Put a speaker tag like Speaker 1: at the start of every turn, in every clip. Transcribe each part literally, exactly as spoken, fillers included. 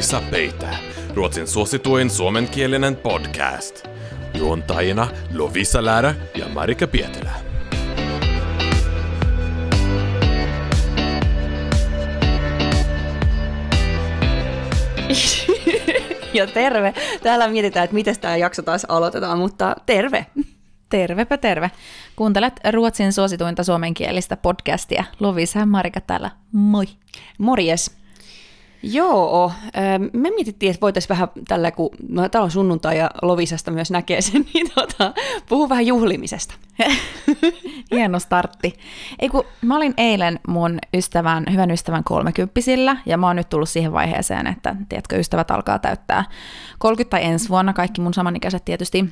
Speaker 1: Lovisa Peitä, Ruotsin suosituin suomenkielinen podcast. Juontajina Lovisa Lärä ja Marika Pietilä.
Speaker 2: Ja terve. Täällä mietitään, että miten tämä jakso taas aloitetaan, mutta terve.
Speaker 3: Tervepä terve. Kuuntelet Ruotsin suosituinta suomenkielistä podcastia. Lovisa ja Marika täällä. Moi.
Speaker 2: Morjes. Joo, me mietittiin, että voitaisiin vähän tällä, kun no, täällä on sunnuntai ja Lovisasta myös näkee sen, niin tota, puhuu vähän juhlimisesta.
Speaker 3: Hieno startti. Ei kun mä olin eilen mun ystävän, hyvän ystävän kolmekymppisillä, ja mä oon nyt tullut siihen vaiheeseen, että tiedätkö, ystävät alkaa täyttää kolmekymmentä tai ensi vuonna, kaikki mun samanikäiset tietysti.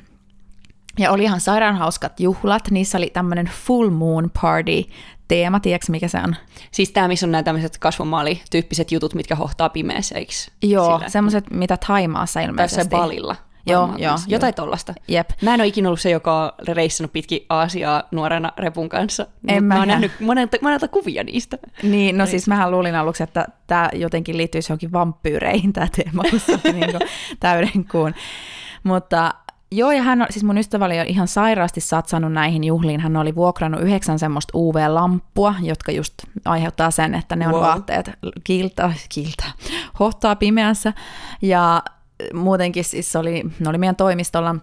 Speaker 3: Ja oli ihan sairaan hauskat juhlat, niissä oli tämmöinen full moon party teema, tiedätkö mikä se on?
Speaker 2: Siis tämä, missä on nämä tämmöiset kasvomaali-tyyppiset jutut, mitkä hohtaa pimeässä, eikö?
Speaker 3: Joo, semmoiset, mitä Thaimaassa ilmeisesti.
Speaker 2: Tässä Balilla.
Speaker 3: Joo, joo.
Speaker 2: Jotain tollasta.
Speaker 3: Jep.
Speaker 2: Mä en ole ikinä ollut se, joka on reissannut pitkin Aasiaa nuorena repun kanssa.
Speaker 3: En
Speaker 2: mä oon nähnyt monelta, monelta kuvia niistä.
Speaker 3: Niin, no siis mähän luulin aluksi, että tämä jotenkin liittyisi johonkin vampyyreihin tämä teema, kun se on niin täyden kuun. Mutta joo, ja hän on, siis mun ystävä oli ihan sairaasti satsannut näihin juhliin. Hän oli vuokrannut yhdeksän semmoista U V-lamppua, jotka just aiheuttaa sen, että ne on wow. vaatteet kiltä, kiltä, hohtaa pimeässä. Ja muutenkin siis oli, ne oli meidän toimistolla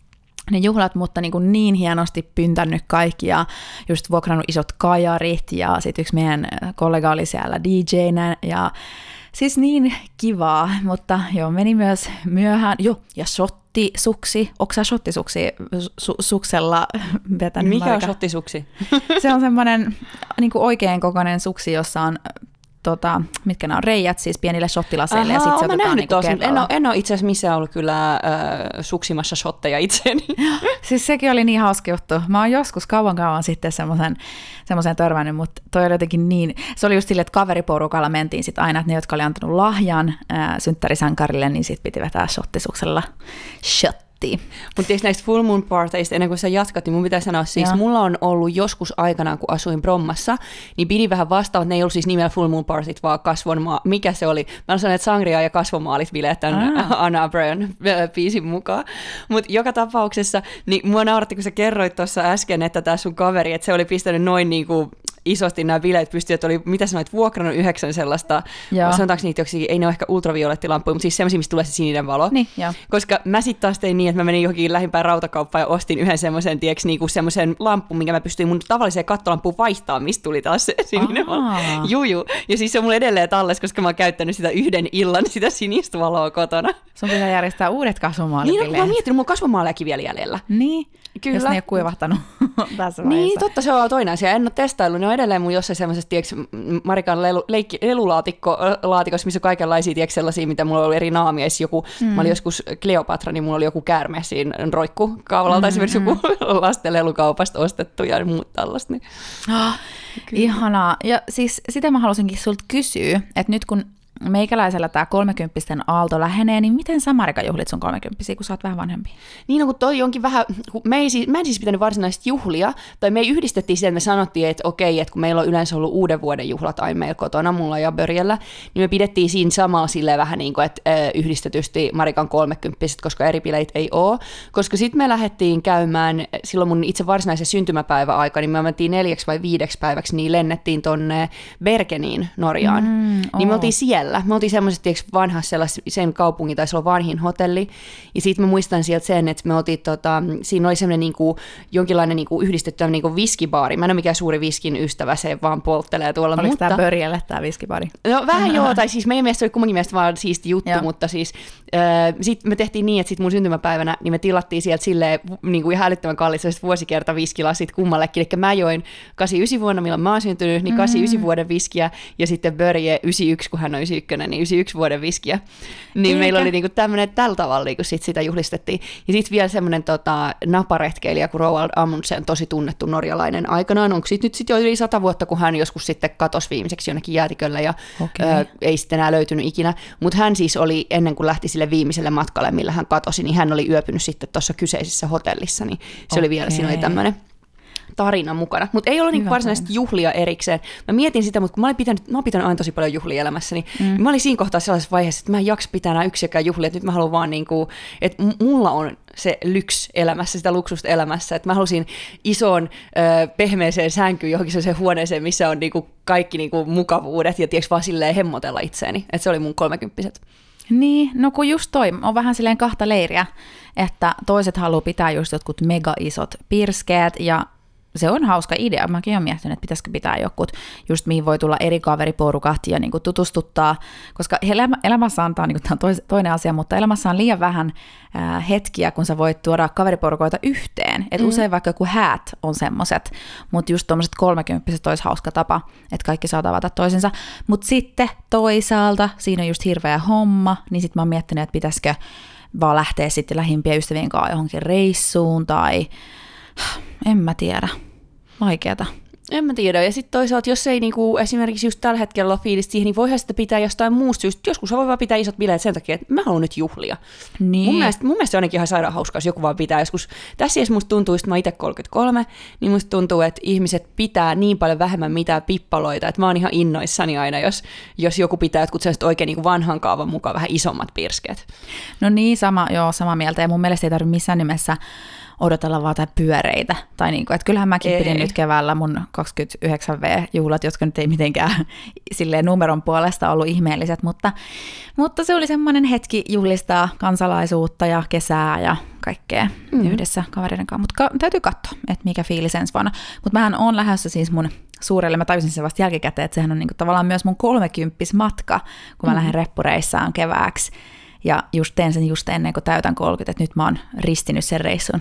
Speaker 3: ne juhlat, mutta niin, kuin niin hienosti pyntännyt kaikki ja just vuokrannut isot kajarit ja sitten yksi meidän kollega oli siellä D J:nä ja siis niin kivaa, mutta joo, meni myös myöhään. Joo, ja shottisuksi. Onko sä shottisuksi su- suksella vetänyt?
Speaker 2: Mikä
Speaker 3: Marika?
Speaker 2: on shottisuksi?
Speaker 3: Se on semmoinen niin kuin oikein kokoinen suksi, jossa on tota, mitkä nämä on reijät siis pienille shottilaseille.
Speaker 2: Ahaa,
Speaker 3: ja sit se otetaan
Speaker 2: niin tos,
Speaker 3: kerralla.
Speaker 2: En ole, en ole itse asiassa missään ollut kyllä äh, suksimassa shotteja itseäni.
Speaker 3: Siis sekin oli niin hauska juttu. Mä oon joskus kauan kauan sitten semmoisen, semmoisen törmännyt, mutta toi oli jotenkin niin, se oli just silleen, että kaveriporukalla mentiin sit aina, että ne, jotka oli antanut lahjan äh, synttärisankarille, niin sit piti vetää shottisuksella shot.
Speaker 2: Mutta eikö näistä full moon parteista, ennen kuin sä jatkat, niin mun pitää sanoa, siis ja. mulla on ollut joskus aikanaan, kun asuin Brommassa, niin pidi vähän vastaan, että ne ei ollut siis nimellä full moon partit, vaan kasvonmaa, mikä se oli? Mä sanoin, että sangria ja kasvomaalit bileet tämän ah. Anna Brown biisin mukaan. Mutta joka tapauksessa, niin mua nauratti, kun sä kerroit tuossa äsken, että tää sun kaveri, että se oli pistänyt noin niinku isosti nämä bileet pystyy, että oli, mitä sanoit, vuokrannut yhdeksän sellaista, Joo. sanotaanko niitä joksikin, ei ne ole ehkä ultraviolettilamppuja, mutta siis sellaisia, mistä tulee se sininen valo.
Speaker 3: Niin,
Speaker 2: koska mä sitten taas tein niin, että mä menin johonkin lähimpään rautakauppaan ja ostin yhden semmoisen, tiedätkö, niinku semmoisen lampun, minkä mä pystyin mun tavalliseen kattolampuun vaihtamaan, mistä tuli taas se sininen valo. Juju. Ja siis se on mulla edelleen tallessa, koska mä oon käyttänyt sitä yhden illan, sitä sinistä valoa kotona.
Speaker 3: Sun pitää järjestää uudet kasvomaalipileet.
Speaker 2: Niin, no, mä oon miettinyt, mulla on kasvomaalejakin vielä jäljellä.
Speaker 3: Niin.
Speaker 2: Kyllä.
Speaker 3: Jos ne ei ole kuivahtanut tässä vaiheessa.
Speaker 2: Niin, totta, se on toinen asia. En ole testaillut. Ne on edelleen mun jossain semmoisessa, tiedätkö, Marikan lelu, leikki, lelulaatikko, laatikossa, missä on kaikenlaisia, tiedätkö, sellaisia, mitä mulla on ollut eri naamia. Joku, mm. Mä olin joskus Kleopatra, niin mulla oli joku käärme siinä roikkukaulalta, mm, esimerkiksi mm. joku lasten lelukaupasta ostettu ja muut tällaista. Niin.
Speaker 3: Oh, ihanaa. Ja siis sitä mä halusinkin sulta kysyä, että nyt kun meikäläisellä tämä kolmekymppisten aalto lähenee, niin miten sä, Marika, juhlit sun kolmekymppisiä, kun sä oot vähän vanhempi?
Speaker 2: Niin, no kun toi onkin vähän, kun me ei siis, mä en siis pitänyt varsinaisesti juhlia, tai me ei yhdistettiin siihen, että me sanottiin, että okei, että kun meillä on yleensä ollut uuden vuoden juhlat aina meillä kotona, mulla ja Börjellä, niin me pidettiin siinä samalla silleen vähän niin kuin, että yhdistetysti Marikan kolmekymppiset, koska eri bileitä ei ole, koska sitten me lähdettiin käymään, silloin mun itse varsinaisen syntymäpäiväaika, niin me mentiin neljäksi vai viideksi päiväksi, niin lennettiin tonne Bergeniin Norjaan, mm, oh. niin me oltiin siellä. Me oltiin semmoiset, vanhassa sen kaupungin, taisi olla vanhin hotelli, ja sitten mä muistan sieltä sen, että me oltiin, tota, siinä oli semmoinen niinku, jonkinlainen niinku, yhdistetty niinku viskibaari. Mä en ole mikään suuri viskin ystävä, se vaan polttelee tuolla.
Speaker 3: Oliko
Speaker 2: mutta
Speaker 3: tämä Börjelle tämä viskibaari?
Speaker 2: No vähän joo, tai siis meidän mielestä se oli kummankin mielestä vaan siisti juttu, joo. mutta siis äh, sitten me tehtiin niin, että sit mun syntymäpäivänä, niin me tilattiin sieltä silleen niinku ihan älyttömän kalliset vuosikerta viskilasit kummallekin, eli mä join kahdeksankymmentäyhdeksän vuonna, milloin mä oon syntynyt, niin kahdeksankymmentäyhdeksän mm. vuoden viskiä, ja sitten Börje yhdeksänkymmentäyksi, kun hän on yhdeksänkymmentäyksi, niin yhdeksänkymmentäyksi vuoden viskiä. Niin Eikä. Meillä oli niinku tämmöinen tällä tavalla, kun sit sitä juhlistettiin. Ja sitten vielä semmoinen tota, naparetkeilijä kuin Roald Amundsen, tosi tunnettu norjalainen aikanaan. Onko siitä nyt sitten jo yli sata vuotta, kun hän joskus sitten katosi viimeiseksi jonnekin jäätiköllä ja okay. ö, ei sitten enää löytynyt ikinä. Mutta hän siis oli, ennen kuin lähti sille viimeiselle matkalle, millä hän katosi, niin hän oli yöpynyt sitten tuossa kyseisessä hotellissa. Niin se okay. oli vielä, siinä oli tämmöinen. tarina mukana. Mutta ei ollut niinku varsinaisesti juhlia erikseen. Mä mietin sitä, mutta kun mä olin pitänyt, mä oon pitänyt aina tosi paljon juhlia elämässäni, mm. niin mä olin siinä kohtaa sellaisessa vaiheessa, että mä en jaksa pitää enää yksikään juhlia, että nyt mä haluan vaan niinku, että mulla on se lyks elämässä, sitä luksusta elämässä, että mä halusin isoon ö, pehmeeseen sänkyyn johonkin sellaiseen huoneeseen, missä on niinku kaikki niinku mukavuudet ja tiiäks vaan silleen hemmotella itseäni, että se oli mun kolmekymppiset.
Speaker 3: Niin, no kun just toi, on vähän silleen kahta leiriä, että toiset haluaa pitää just jotkut mega isot pirskeet ja se on hauska idea. Mäkin olen miettinyt, että pitäisikö pitää jokut, just mihin voi tulla eri kaveriporukat ja niin kuin tutustuttaa, koska elämä, elämässä on, tämä on, niin kuin, toinen asia, mutta elämässä on liian vähän ää, hetkiä, kun sä voit tuoda kaveriporukoita yhteen. Et mm. usein vaikka joku häät on semmoiset, mutta just tuommoiset kolmekymppiset olisi hauska tapa, että kaikki saa tavata toisensa. Mutta sitten toisaalta siinä on just hirveä homma, niin sitten mä oon miettinyt, että pitäisikö vaan lähteä sitten lähimpien ystävien kanssa johonkin reissuun tai en mä tiedä. Vaikeata.
Speaker 2: En mä tiedä. Ja sitten toisaalta, jos ei niinku, esimerkiksi just tällä hetkellä ole fiilistä siihen, niin voihan sitä pitää jostain muusta syystä. Joskus voi vaan pitää isot bileet sen takia, että mä haluan nyt juhlia. Niin. Mun, mielestä, mun mielestä se on ainakin ihan sairaan hauskaa, jos joku vaan pitää joskus. Tässä iässä musta tuntuu, että mä itse kolmekymmentäkolme, niin musta tuntuu, että ihmiset pitää niin paljon vähemmän mitään pippaloita, että mä oon ihan innoissani aina, jos, jos joku pitää jotkut sellaiset oikein niin vanhan kaavan mukaan vähän isommat pirskeet.
Speaker 3: No niin, sama, joo, samaa mieltä. Ja mun mielestä ei tarvitse missään nimessä odotella vaan tai pyöreitä. Tai niin kuin, että kyllähän mäkin ei. pidin nyt keväällä mun kaksikymmentäyhdeksän vuotta-juhlat, jotka nyt ei mitenkään silleen numeron puolesta ollut ihmeelliset, mutta, mutta se oli semmoinen hetki juhlistaa kansalaisuutta ja kesää ja kaikkea mm. yhdessä kavereiden kanssa. Mutta ka- täytyy katsoa, että mikä fiilis ensi vuonna. Mutta mähän on lähdössä siis mun suurelle, mä tajusin sen vasta jälkikäteen, että sehän on niinku tavallaan myös mun kolmekymppis matka, kun mä mm. lähden reppureissaan kevääksi. Ja just teen sen just ennen kuin täytän kolmekymmentä, että nyt mä oon ristinyt sen reissun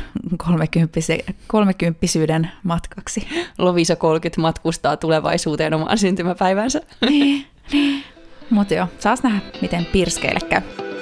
Speaker 3: kolmekymppisyyden matkaksi.
Speaker 2: Lovisa kolmekymmentä matkustaa tulevaisuuteen omaan syntymäpäivänsä.
Speaker 3: Niin, niin. Mutta joo, saas nähdä, miten pirskeille käy.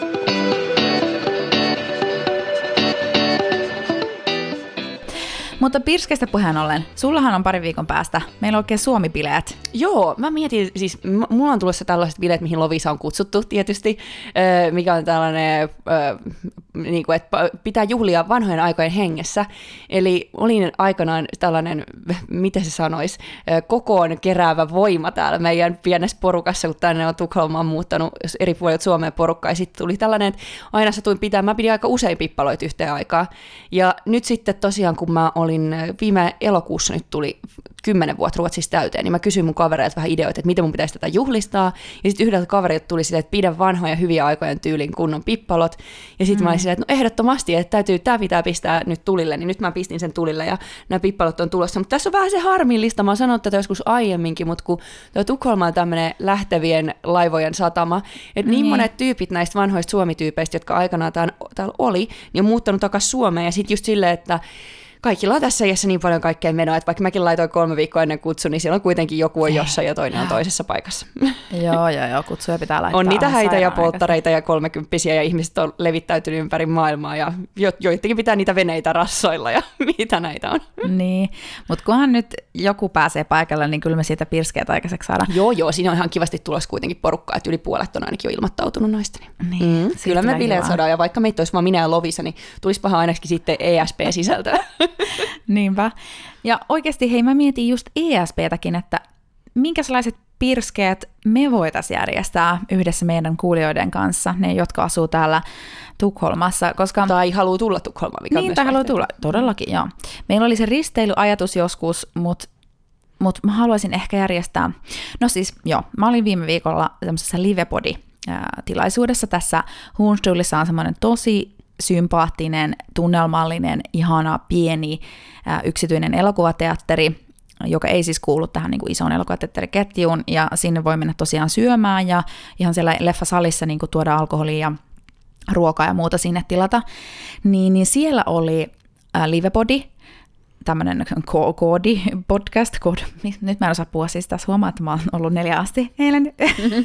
Speaker 3: Mutta pirskeistä puheen ollen, sullahan on pari viikon päästä. Meillä on oikein Suomi-bileet.
Speaker 2: Joo, mä mietin, siis m- mulla on tulossa tällaiset bileet, mihin Lovisa on kutsuttu tietysti, öö, mikä on tällainen, öö, niin kuin, että pitää juhlia vanhojen aikojen hengessä. Eli olin aikanaan tällainen, miten se sanoisi, öö, kokoon keräävä voima täällä meidän pienessä porukassa, kun tänne on Tukholmaan muuttanut eri puolet Suomeen porukkaa. Ja sitten tuli tällainen, että aina satuin pitää, mä pidin aika usein pippaloita yhteen aikaan. Ja nyt sitten tosiaan, kun mä olin viime elokuussa nyt tuli kymmenen vuotta Ruotsissa täyteen, niin mä kysyin mun kavereilta vähän ideoita, että miten mun pitäisi tätä juhlistaa. Ja sitten yhdeltä kaverilta tuli silleen, että pidä vanhoja hyviä aikojen tyylin kunnon pippalot. Ja sitten mm. mä olin silleen, että no ehdottomasti, että täytyy, tää pitää pistää nyt tulille, niin nyt mä pistin sen tulille ja nämä pippalot on tulossa. Mutta tässä on vähän se harmillista, mä oon sanonut tätä joskus aiemminkin, mutta kun Tukholma on tämmöinen lähtevien laivojen satama, että niin, niin monet tyypit näistä vanhoista suomityypeistä, jotka aikanaan täällä oli, niin on muuttanut takaisin Suomeen ja sitten just silleen, että kaikilla on tässä iässä niin paljon kaikkea menoa, että vaikka mäkin laitoin kolme viikkoa ennen kutsun, niin siellä on kuitenkin joku on jossain ja toinen on toisessa paikassa.
Speaker 3: Joo, joo, joo, kutsuja pitää laittaa.
Speaker 2: On niitä häitä ja polttareita ja kolmekymppisiä ja ihmiset on levittäytynyt ympäri maailmaa ja jo, joidenkin pitää niitä veneitä rassoilla ja mitä näitä on.
Speaker 3: Niin, mutta kunhan nyt joku pääsee paikalle, niin kyllä me siitä pirskeet aikaiseksi saadaan.
Speaker 2: Joo, joo, siinä on ihan kivasti tulossa kuitenkin porukkaa, että yli puolet on ainakin jo ilmoittautunut noista. Niin, mm, kyllä me bileet saadaan ja vaikka meitä olisi vaan minä ja Lovisa, niin tulisipahan ainakin sitten E S P-sisältöä.
Speaker 3: Niinpä. Ja oikeasti hei, mä mietin just E S P:täkin, että minkälaiset pirskeet me voitaisiin järjestää yhdessä meidän kuulijoiden kanssa, ne jotka asuu täällä Tukholmassa. Koska
Speaker 2: tai haluaa tulla Tukholmaan.
Speaker 3: Niin, tai haluaa tulla, todellakin, joo. Meillä oli se risteilyajatus joskus, mutta mut mä haluaisin ehkä järjestää, no siis joo, mä olin viime viikolla tämmöisessä livepodi-tilaisuudessa tässä Hornstullissa on semmoinen tosi sympaattinen, tunnelmallinen, ihana, pieni ä, yksityinen elokuvateatteri, joka ei siis kuulu tähän niin kuin isoon elokuvateatteriketjuun, ja sinne voi mennä tosiaan syömään, ja ihan siellä leffasalissa niin kuin tuoda alkoholia ja ruokaa ja muuta sinne tilata, niin, niin siellä oli ä, livepodi, tämmöinen koodi-podcast, koodi. Nyt mä en osaa puhua siis tässä, huomaa, että mä oon ollut neljä asti eilen.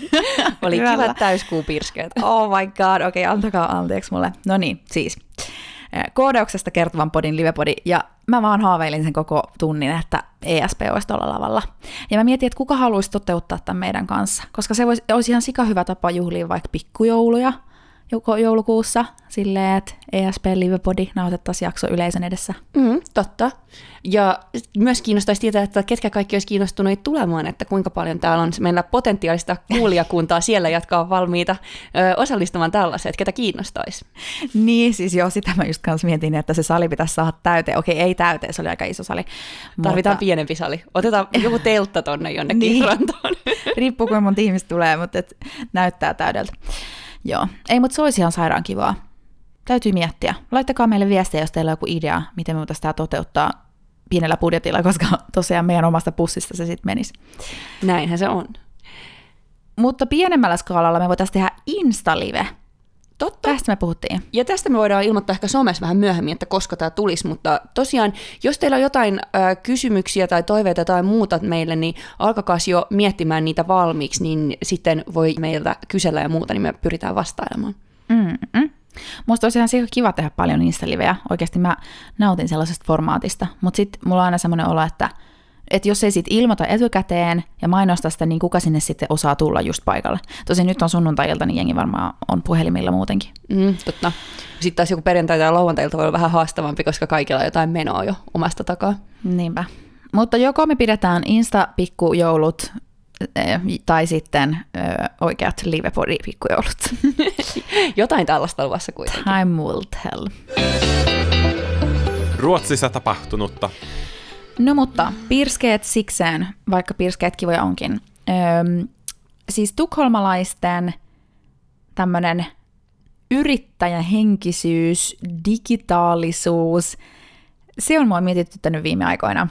Speaker 2: Oli kivat täyskuupirskeet.
Speaker 3: Oh my god, okei, okay, antakaa anteeksi mulle. No niin, siis koodauksesta kertovan podin livepodi, ja mä vaan haaveilin sen koko tunnin, että E S P olisi tuolla lavalla. Ja mä mietin, että kuka haluaisi toteuttaa tämän meidän kanssa, koska se olisi, olisi ihan sika hyvä tapa juhlia vaikka pikkujouluja, joulukuussa silleen, että E S P Livepodi nautettaisiin jakso yleisön edessä.
Speaker 2: Mm, totta. Ja myös kiinnostaisi tietää, että ketkä kaikki olisi kiinnostuneet tulemaan, että kuinka paljon täällä on meillä potentiaalista kuulijakuntaa siellä, jotka on valmiita ö, osallistumaan tällaiseen, että ketä kiinnostaisi.
Speaker 3: Niin, siis joo, sitä mä just kanssa mietin, että se sali pitäisi saada täyteen. Okei, ei täyteen, se oli aika iso sali.
Speaker 2: Tarvitaan
Speaker 3: mutta...
Speaker 2: pienempi sali. Otetaan joku teltta tonne jonnekin
Speaker 3: niin.
Speaker 2: rantaan.
Speaker 3: Riippuu, kuinka monta ihmistä tulee, mutta et näyttää täydeltä. Joo, ei, mutta se olisi ihan sairaan kivaa. Täytyy miettiä. Laittakaa meille viestiä, jos teillä on joku idea, miten me voitaisiin tämä toteuttaa pienellä budjetilla, koska tosiaan meidän omasta pussista se sitten menisi.
Speaker 2: Näinhän se on.
Speaker 3: Mutta pienemmällä skaalalla me voitaisiin tehdä Insta-live.
Speaker 2: Totta.
Speaker 3: Tästä me puhuttiin.
Speaker 2: Ja tästä me voidaan ilmoittaa ehkä somessa vähän myöhemmin, että koska tämä tulisi, mutta tosiaan, jos teillä on jotain ö, kysymyksiä tai toiveita tai muuta meille, niin alkakaa jo miettimään niitä valmiiksi, niin sitten voi meiltä kysellä ja muuta, niin me pyritään vastailemaan.
Speaker 3: Mm-mm. Musta olisi ihan kiva tehdä paljon Insta-livejä. Oikeasti mä nautin sellaisesta formaatista, mutta sitten mulla on aina semmoinen olo, että, että jos ei sit ilmoita etukäteen ja mainosta sitä, niin kuka sinne sitten osaa tulla just paikalle. Tosin nyt on sunnuntai-ilta, niin jengi varmaan on puhelimilla muutenkin.
Speaker 2: Mm, totta. Sitten taas joku perjantai- tai lauantai-ilta voi olla vähän haastavampi, koska kaikilla on jotain menoa jo omasta takaa.
Speaker 3: Niinpä. Mutta joko me pidetään Insta-pikkujoulut tai sitten ö, oikeat livepodi-pikkujoulut.
Speaker 2: Jotain tällaista luvassa kuitenkin.
Speaker 3: Time will tell.
Speaker 1: Ruotsissa tapahtunutta.
Speaker 3: No mutta, pirskeet sikseen, vaikka pirskeet kivoja onkin. Öm, siis tukholmalaisten tämmöinen yrittäjähenkisyys, digitaalisuus, se on mua mietityttänyt viime aikoina.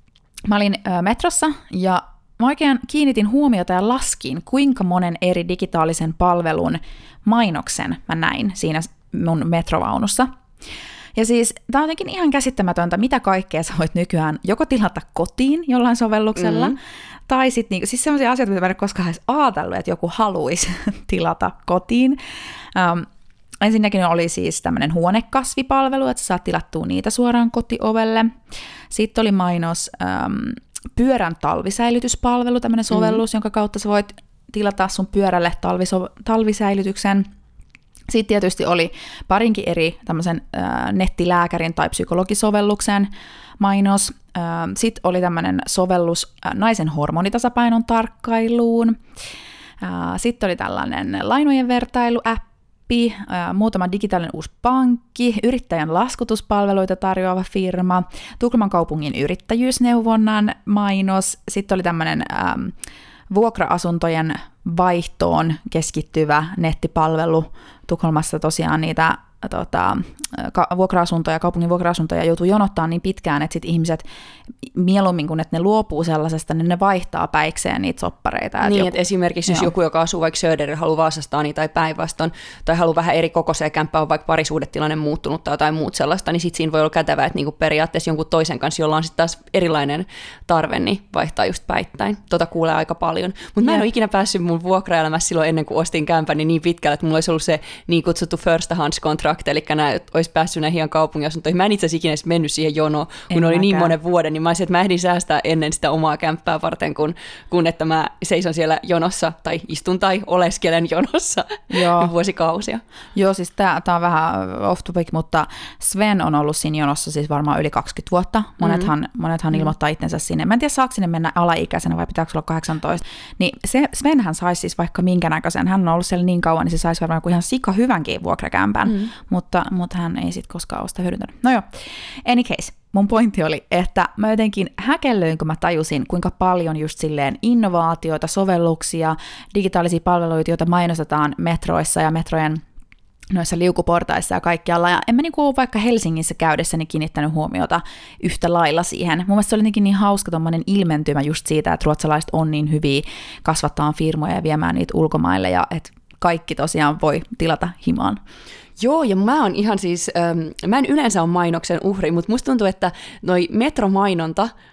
Speaker 3: Mä olin ö, metrossa ja mä oikein kiinnitin huomiota ja laskin, kuinka monen eri digitaalisen palvelun mainoksen mä näin siinä mun metrovaunussa. Ja siis tää on jotenkin ihan käsittämätöntä, mitä kaikkea sä voit nykyään joko tilata kotiin jollain sovelluksella, mm-hmm. tai sitten niinku, siis sellaisia asioita, mitä mä en koskaan edes ajatellut, että joku haluaisi tilata kotiin. Um, ensinnäkin oli siis tämmöinen huonekasvipalvelu, että sä saat tilattua niitä suoraan kotiovelle. Sitten oli mainos um, pyörän talvisäilytyspalvelu, tämmöinen sovellus, mm-hmm. jonka kautta sä voit tilata sun pyörälle talviso- talvisäilytyksen. Sitten tietysti oli parinkin eri tämmöisen äh, nettilääkärin tai psykologisovelluksen mainos. Äh, Sitten oli tämmöinen sovellus äh, naisen hormonitasapainon tarkkailuun. Äh, Sitten oli tällainen lainojen vertailuäppi, äh, muutama digitaalinen uusi pankki, yrittäjän laskutuspalveluita tarjoava firma, Tukholman kaupungin yrittäjyysneuvonnan mainos. Sitten oli tämmöinen Ähm, vuokra-asuntojen vaihtoon keskittyvä nettipalvelu. Tukholmassa tosiaan niitä tota, ka- vuokra-asuntoja, kaupungin vuokra-asuntoja joutuu jonottaa niin pitkään, että sit ihmiset mieluummin kuin että ne luopuu sellaisesta, niin ne vaihtaa päikseen niitä soppareita.
Speaker 2: Niin,
Speaker 3: joku,
Speaker 2: että esimerkiksi jos joku, joka asuu vaikka Söderillä, haluaa Vaasastani tai päinvastoin, tai haluaa vähän eri kokoiseen kämppään, on vaikka parisuhdetilanne muuttunut tai jotain muut sellaista, niin sitten siinä voi olla kätevää, että niinku periaatteessa jonkun toisen kanssa, jolla on sitten taas erilainen tarve, niin vaihtaa just päittäin. Tota kuulee aika paljon. Mutta mä en ole ikinä päässyt mun vuokraelämässä silloin ennen kuin ostin kämpän niin, niin pitkälle, että mulla olisi ollut se niin kutsuttu first hands contract, eli nää, olisi päässyt näihin ihan kaupungiasuntoihin. Mä en itse asiassa ikinä edes mennyt siihen jonoon, kun en oli mäkään. Niin monen vuoden, niin mä olisin, että mä ehdin säästää ennen sitä omaa kämppää varten, kun, kun että mä seison siellä jonossa, tai istun tai oleskelen jonossa vuosikausia.
Speaker 3: Joo, siis tää, tää on vähän off topic, mutta Sven on ollut siinä jonossa siis varmaan yli kaksikymmentä vuotta. Monethan, mm-hmm. monethan mm-hmm. ilmoittaa itsensä sinne. Mä en tiedä, saako sinne mennä alaikäisenä vai pitääkö olla kahdeksantoista. Niin se, Svenhän saisi siis vaikka minkä näköisen. Hän on ollut siellä niin kauan, niin se saisi varmaan ihan sika hyvänkin vuokrakämpän, mm-hmm. mutta, mutta hän ei sitten koskaan ole sitä hyödyntänyt. No joo, any case. Mun pointti oli, että mä jotenkin häkellyin, kun mä tajusin, kuinka paljon just silleen innovaatioita, sovelluksia, digitaalisia palveluita, joita mainostetaan metroissa ja metrojen noissa liukuportaissa ja kaikkialla. Ja en mä niinku vaikka Helsingissä käydessäni kiinnittänyt huomiota yhtä lailla siihen. Mun mielestä se oli niin hauska tommoinen ilmentymä just siitä, että ruotsalaiset on niin hyviä kasvattaa firmoja ja viemään niitä ulkomaille ja että kaikki tosiaan voi tilata himaan.
Speaker 2: Joo, ja mä oon ihan siis, ähm, mä en yleensä ole mainoksen uhri, mutta musta tuntuu, että noi metromainonta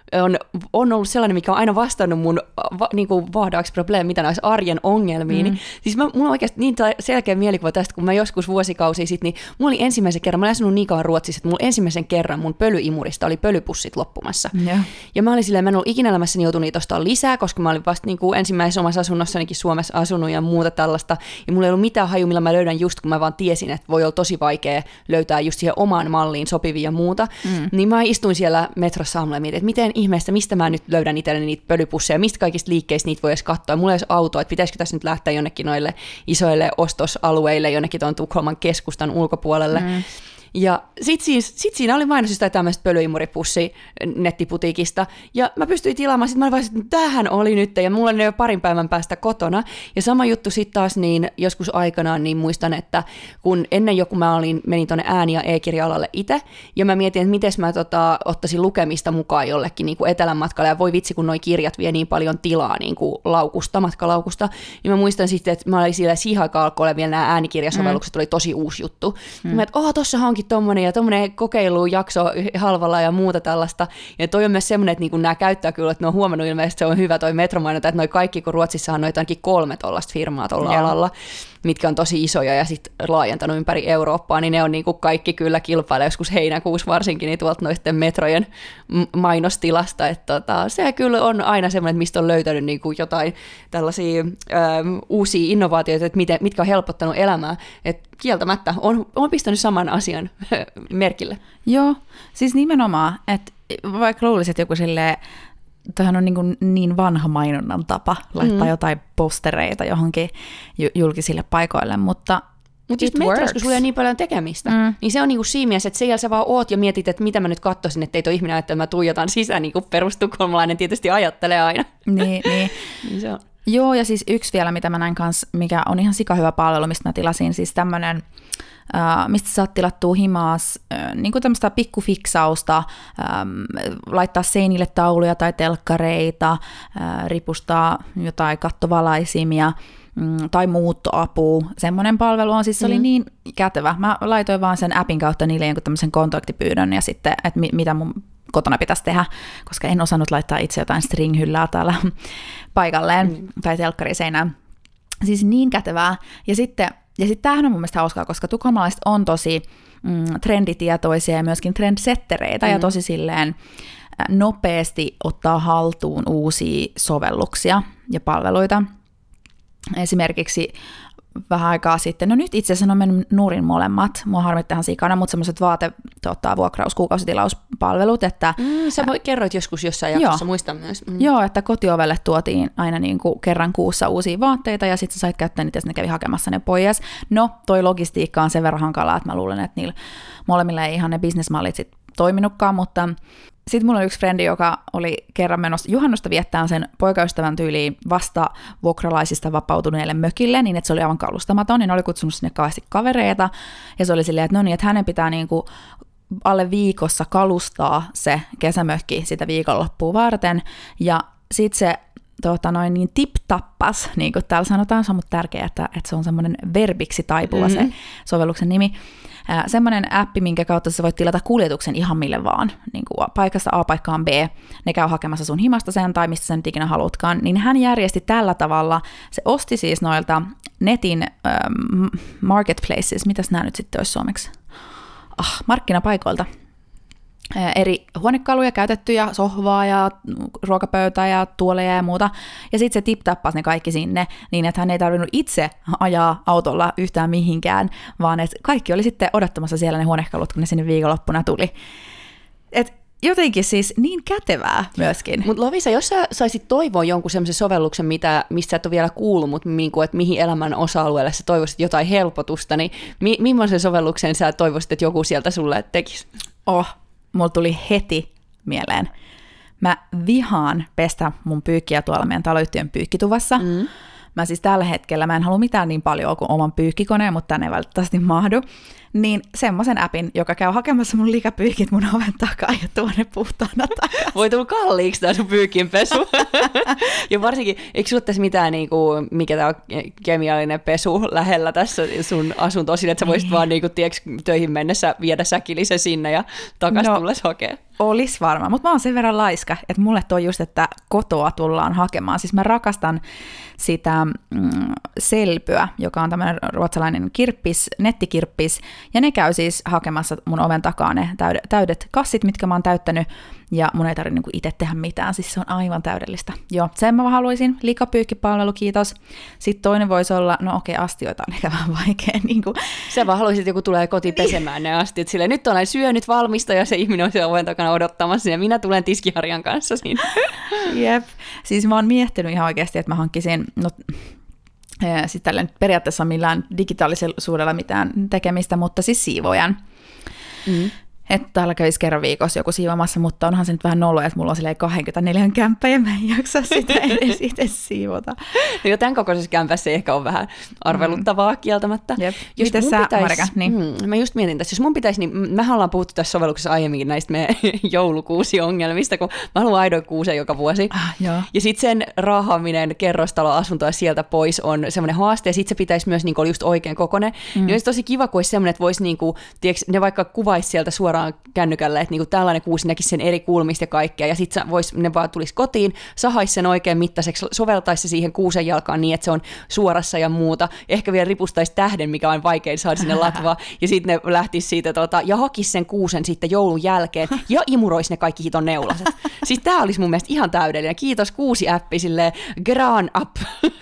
Speaker 2: on, on ollut sellainen, mikä on aina vastannut mun va, niin kuin vahdaaksi probleemi, mitä näissä arjen ongelmiin. Mm. Siis mä, mulla on oikeasti niin selkeä mielikuva tästä, kun mä joskus vuosikausia sitten, niin mulla oli ensimmäisen kerran, mä olin asunut niin kauan Ruotsissa, että mulla ensimmäisen kerran mun pölyimurista oli pölypussit loppumassa. Yeah. Ja mä olin silleen, mä en ollut ikinä elämässäni joutunut niitä ostaa lisää, koska mä olin vasta niin kuin ensimmäisessä omassa asunnossanikin Suomessa asunut ja muuta tällaista. Ja mulla ei ollut mitään haju, millä mä löydän just, kun mä vaan tiesin, että voi olla tosi vaikea löytää just siihen omaan malliin sopivia ja muuta. Mm. Niin mä istuin siellä metrossa aamulla ja mietin, että miten ihmeestä, mistä mä nyt löydän itselleni niitä pölypusseja, mistä kaikista liikkeistä niitä voi edes katsoa. Mulla ei olisi autoa, että pitäisikö tässä nyt lähteä jonnekin noille isoille ostosalueille, jonnekin tuon Tukholman keskustan ulkopuolelle. Mm. Ja sit, siis, sit siinä oli mainos jostain tämmöistä pölyimuripussi nettiputiikista, ja mä pystyin tilaamaan, sit mä olin vaan, että tämähän oli nyt, ja mulla oli ne jo parin päivän päästä kotona, ja sama juttu sitten taas niin joskus aikanaan, niin muistan, että kun ennen joku mä olin, menin tuonne ääni- ja e-kirja-alalle itse, ja mä mietin, että miten mä tota, ottaisin lukemista mukaan jollekin niin kuin etelän matkalle, ja voi vitsi, kun noi kirjat vie niin paljon tilaa niin kuin laukusta, matkalaukusta, niin mä muistan sitten, että mä olin siellä siihen aikaan alkoi vielä nämä äänikirjasovellukset, mm. oli tosi uusi juttu, mm. mä että oh, tossa onkin tommonen ja tommonen kokeilujakso halvalla ja muuta tällaista. Ja toi on myös semmoinen, että niinku nämä käyttää kyllä, että ne on huomannut ilmeisesti, se on hyvä toi metromainonta, että noi kaikki, kun Ruotsissa on noita ainakin kolme tollaista firmaa tuolla yeah. alalla, mitkä on tosi isoja ja sitten laajentanut ympäri Eurooppaa, niin ne on niinku kaikki kyllä kilpailee joskus heinäkuussa varsinkin niin tuolta noisten metrojen mainostilasta. Että tota, se kyllä on aina semmoinen, että mistä on löytänyt niinku jotain tällaisia ö, uusia innovaatioita, että miten, mitkä on helpottanut elämää. Et kieltämättä on, on pistänyt saman asian merkille. Joo,
Speaker 3: siis nimenomaan, että vaikka luulisin, että joku silleen, tämähän on niin, kuin niin vanha mainonnan tapa laittaa mm. jotain postereita johonkin julkisille paikoille, mutta
Speaker 2: Mutta just metrossa, kun sulla ei ole niin paljon tekemistä, mm. niin se on niinku siinä mielessä, että siellä sä vaan oot ja mietit, että mitä mä nyt katsoisin, että ei toi ihminen ajattele, että mä tuijotan sisään, niin kuin perustukholmalainen tietysti ajattelee aina.
Speaker 3: Niin, niin. niin se on. Joo, ja siis yksi vielä, mitä mä näin kanssa, mikä on ihan sikahyvä palvelu, mistä mä tilasin, siis tämmönen, Uh, mistä saat tilattua himaas uh, niin kuin tämmöistä pikkufiksausta, um, laittaa seinille tauluja tai telkkareita, uh, ripustaa jotain kattovalaisimia mm, tai muuttoapua. Semmoinen palvelu on, siis se mm. oli niin kätevä. Mä laitoin vaan sen appin kautta niille jonkun tämmöisen kontaktipyydön ja sitten, että mi- mitä mun kotona pitäisi tehdä, koska en osannut laittaa itse jotain string-hyllää täällä paikalleen mm. tai telkkariseinään. Siis niin kätevää. Ja sitten Ja sitten tämähän on mun mielestä hauskaa, koska tukholmalaiset on tosi mm, trenditietoisia ja myöskin trendsettereitä mm. ja tosi silleen nopeasti ottaa haltuun uusia sovelluksia ja palveluita. Esimerkiksi vähän aikaa sitten, no nyt itse asiassa on mennyt nurin molemmat, mua harmittaa sikana, mutta semmoiset vaate, tota, vuokraus, kuukausitilauspalvelut, että...
Speaker 2: Mm, sä voi, kerroit joskus jossain jaksossa, muistan myös. Mm.
Speaker 3: Joo, että kotiovelle tuotiin aina niin kuin kerran kuussa uusia vaatteita, ja sitten sä sait käyttää niitä, ja ne kävi hakemassa ne pois. No, toi logistiikka on sen verran hankalaa, että mä luulen, että niillä molemmilla ei ihan ne bisnesmallit sit toiminutkaan, mutta... Sitten mulla on yksi frendi, joka oli kerran menossa juhannusta viettään sen poikaystävän tyyliin vasta vuokralaisista vapautuneelle mökille, niin että se oli aivan kalustamaton, niin ne oli kutsunut sinne kauheasti kavereita, ja se oli silleen, että no niin, että hänen pitää niinku alle viikossa kalustaa se kesämökki sitä viikonloppua varten, ja sitten se tota noin, niin tip-tappas, niin kuin täällä sanotaan, se on mutta tärkeää, että, että se on semmoinen verbiksi taipuva mm-hmm. se sovelluksen nimi. Äh, semmoinen appi, minkä kautta sä voit tilata kuljetuksen ihan mille vaan, niin kuin paikasta A paikkaan B, ne käy hakemassa sun himasta sen tai mistä sä nyt ikinä haluatkaan, niin hän järjesti tällä tavalla, se osti siis noilta netin ähm, marketplaces, mitäs nämä nyt sitten olisi suomeksi? Ah, markkinapaikoilta. Eri huonekaluja, käytettyjä sohvaa ja ruokapöytää ja tuoleja ja muuta. Ja sitten se tip-tappasi ne kaikki sinne, niin että hän ei tarvinnut itse ajaa autolla yhtään mihinkään, vaan että kaikki oli sitten odottamassa siellä ne huonekalut, kun ne sinne viikonloppuna tuli. Et jotenkin siis niin kätevää myöskin.
Speaker 2: Mutta Lovisa, jos sä saisit toivoa jonkun semmoisen sovelluksen, mitä, mistä sä et ole vielä kuullut, mutta niinku, että mihin elämän osa-alueelle sä toivoisit jotain helpotusta, niin mi- millaisen sovelluksen sä toivoisit, että joku sieltä sulle tekisi?
Speaker 3: Oh. Mulla tuli heti mieleen. Mä vihaan pestä mun pyykkiä tuolla meidän taloyhtiön pyykkituvassa. Mm. Mä siis tällä hetkellä, mä en halua mitään niin paljon kuin oman pyykkikoneen, mutta tänne ei välttämättä mahdu. Niin semmoisen appin, joka käy hakemassa mun likapyykit mun oven takaa ja tuo ne puhtaana takaisin.
Speaker 2: Voi tulla kalliiksi tää sun pyykinpesu. Ja varsinkin, eikö sulla tässä mitään, niin kuin, mikä tää on kemiallinen pesu lähellä tässä sun asuntoon, että sä voisit niin. vaan niin kuin, tiiäks, töihin mennessä viedä säkillisen sinne ja takas no. tulles hakea?
Speaker 3: Olis varmaan, mutta mä oon sen verran laiska, että mulle toi just, että kotoa tullaan hakemaan. Siis mä rakastan sitä mm, Selpyä, joka on tämmöinen ruotsalainen kirppis, nettikirppis, ja ne käy siis hakemassa mun oven takaa ne täydet, täydet kassit, mitkä mä oon täyttänyt, ja mun ei tarvitse niinku itse tehdä mitään, siis se on aivan täydellistä. Joo, sen mä haluaisin, likapyykkipalvelu, kiitos. Sitten toinen voisi olla, no okei, astioita on ehkä vähän vaikea. Niin kuin.
Speaker 2: Sä vaan haluaisit, että joku tulee kotiin pesemään ne astiot, silleen nyt olen syönyt valmista, ja se ihminen on siellä oven takana odottamassa, ja minä tulen tiskiharjan kanssa siinä.
Speaker 3: Jep, siis mä oon miettinyt ihan oikeasti, että mä hankkisin, no sitten tällä nyt periaatteessa millään digitaalisuudella mitään tekemistä, mutta siis siivojan. Mm. Että täällä kävisi kerran viikossa joku siivoamassa, mutta onhan se nyt vähän nolo, että mulla on silleen kaksikymmentäneljä kämppä ja mä en jaksa sitä edes itse siivota.
Speaker 2: No jo tämän kokoisessa kämpässä ehkä on vähän arveluttavaa mm. kieltämättä.
Speaker 3: Jep. Miten sä, pitäis, Marika? Niin.
Speaker 2: Mm, mä just mietin tässä, jos mun pitäisi, niin mehän ollaan puhuttu tässä sovelluksessa aiemminkin näistä meidän joulukuusi-ongelmista, kun mä haluan aidon kuusen joka vuosi.
Speaker 3: Ah, joo.
Speaker 2: Ja sitten sen raahaaminen kerrostaloasuntoa sieltä pois on semmoinen haaste, ja sitten se pitäisi myös niin olla just oikein kokoinen. Mm. Niin olisi tosi kiva, kun olisi semmoinen, että voisi niin kuin, tiiäks, ne vaikka kuvaisi sieltä suoraan kännykällä, että niinku tällainen kuusi näkisi sen eri kulmista ja kaikkea, ja sitten ne vaan tulisi kotiin, sahaisi sen oikein mittaiseksi, soveltaisi se siihen kuusen jalkaan niin, että se on suorassa ja muuta, ehkä vielä ripustaisi tähden, mikä on vaikein saada sinne latvaa, ja sitten ne lähtisi siitä, tota, ja hakisi sen kuusen sitten joulun jälkeen, ja imuroisi ne kaikki hiton neulaset. Siis tämä olisi mun mielestä ihan täydellinen. Kiitos kuusi-appi, silleen gran up.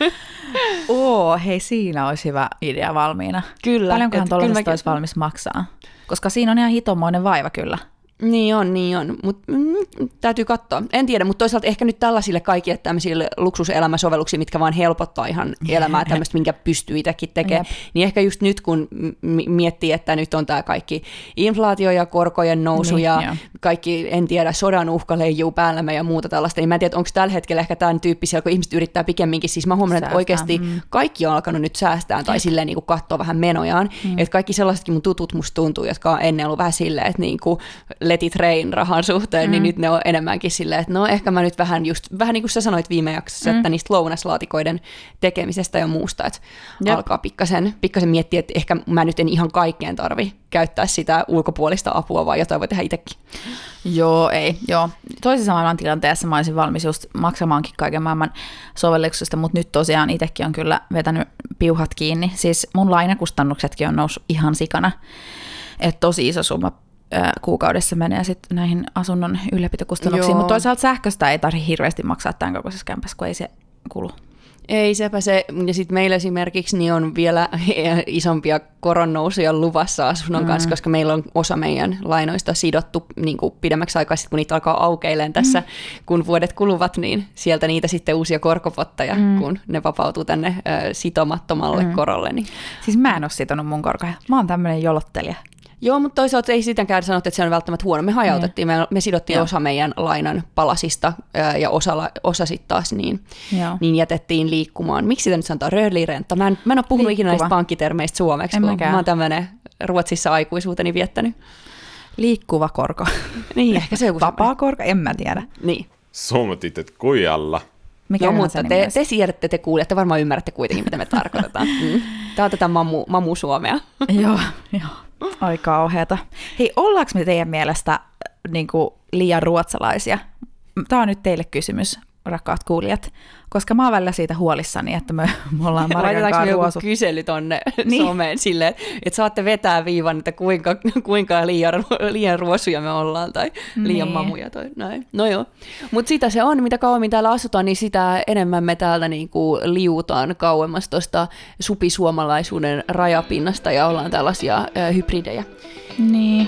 Speaker 3: Oo, hei, siinä olisi hyvä idea valmiina.
Speaker 2: Kyllä.
Speaker 3: Paljonkohan tuollaisesta olisi valmis maksaa? Koska siinä on ihan hitomoinen vaiva kyllä.
Speaker 2: Niin on, niin on, mutta mm, täytyy katsoa. En tiedä, mutta toisaalta ehkä nyt tällaisille kaikille tämmöisille luksuselämäsovelluksille, mitkä vaan helpottaa ihan elämää, tämmöistä, minkä pystyy itsekin tekemään, niin ehkä just nyt, kun m- miettii, että nyt on tämä kaikki inflaatio ja korkojen nousu niin, ja jo. Kaikki, en tiedä, sodan uhka leijuu päällämme ja muuta tällaista, niin mä en tiedä, onko tällä hetkellä ehkä tämän tyyppisiä, kun ihmiset yrittää pikemminkin, siis mä huomannut, että oikeasti mm. kaikki on alkanut nyt säästää tai silleen niin kuin katsoa vähän menojaan, mm. että kaikki sellaisetkin mun tutut musta tuntuu, jotka on ennen ollut vähän silleen, että niin kuin let it rain rahan suhteen, mm. niin nyt ne on enemmänkin silleen, että no ehkä mä nyt vähän just, vähän niin kuin sä sanoit viime jaksossa, mm. että niistä lounaslaatikoiden tekemisestä ja muusta, että Jep. alkaa pikkasen, pikkasen miettiä, että ehkä mä nyt en ihan kaikkeen tarvi käyttää sitä ulkopuolista apua, vaan jotain voi tehdä itsekin.
Speaker 3: Joo, ei, joo. Toisessa maailman tilanteessa mä olisin valmis just maksamaankin kaiken maailman sovelluksesta, mutta nyt tosiaan itsekin on kyllä vetänyt piuhat kiinni. Siis mun lainakustannuksetkin on noussut ihan sikana, että tosi iso summa kuukaudessa menee sitten näihin asunnon ylläpitokustannuksiin, mutta toisaalta sähköstä ei tarvitse hirveästi maksaa tämän kokoisessa kämpässä, kun ei se kulu.
Speaker 2: Ei sepä se, ja sitten meillä esimerkiksi niin on vielä isompia koronnousuja luvassa asunnon mm. kanssa, koska meillä on osa meidän lainoista sidottu niin kuin pidemmäksi aikaa, sit kun niitä alkaa aukeilemaan tässä, mm. kun vuodet kuluvat, niin sieltä niitä sitten uusia korkopotteja, mm. kun ne vapautuu tänne äh, sitomattomalle mm. korolle. Niin.
Speaker 3: Siis mä en ole sitonut mun korkoja, mä oon tämmöinen jolottelija.
Speaker 2: Joo, mutta toisaalta ei sitäkään sanottu, että se on välttämättä huono. Me hajautettiin, me, me sidottiin Joo. osa meidän lainan palasista ää, ja osa, osa sitten taas niin, niin jätettiin liikkumaan. Miksi sitä nyt sanotaan rödlirenta? Mä en, mä en ole puhunut Liikkuva. ikinä näistä pankkitermeistä suomeksi, en kun mäkään. Mä oon tämmöinen Ruotsissa aikuisuuteni viettänyt.
Speaker 3: Liikkuva korko.
Speaker 2: Niin, ehkä se joku
Speaker 3: vapaa korko, en mä tiedä.
Speaker 2: Niin.
Speaker 1: Suomatitet kujalla.
Speaker 2: Mikä Joo, mutta te, te siedätte, te kuulette, varmaan ymmärrätte kuitenkin, mitä me tarkoitetaan. Mm. Tämä on tätä mamu, mamu-suomea.
Speaker 3: Joo, joo. Ai kauheata. Hei, ollaanko me teidän mielestä niin kuin liian ruotsalaisia? Tämä on nyt teille kysymys, rakkaat kuulijat, koska mä oon välillä siitä huolissani, että me, me ollaan Marikan kanssa ruosu.
Speaker 2: Joku kysely tonne niin. someen silleen, että saatte vetää viivan, että kuinka, kuinka liian, liian ruosuja me ollaan tai liian niin. mamuja tai näin. No joo, mutta sitä se on, mitä kauemmin täällä asutaan, niin sitä enemmän me täältä niinku liutaan kauemmas tuosta supisuomalaisuuden rajapinnasta ja ollaan tällaisia äh, hybridejä.
Speaker 3: Niin.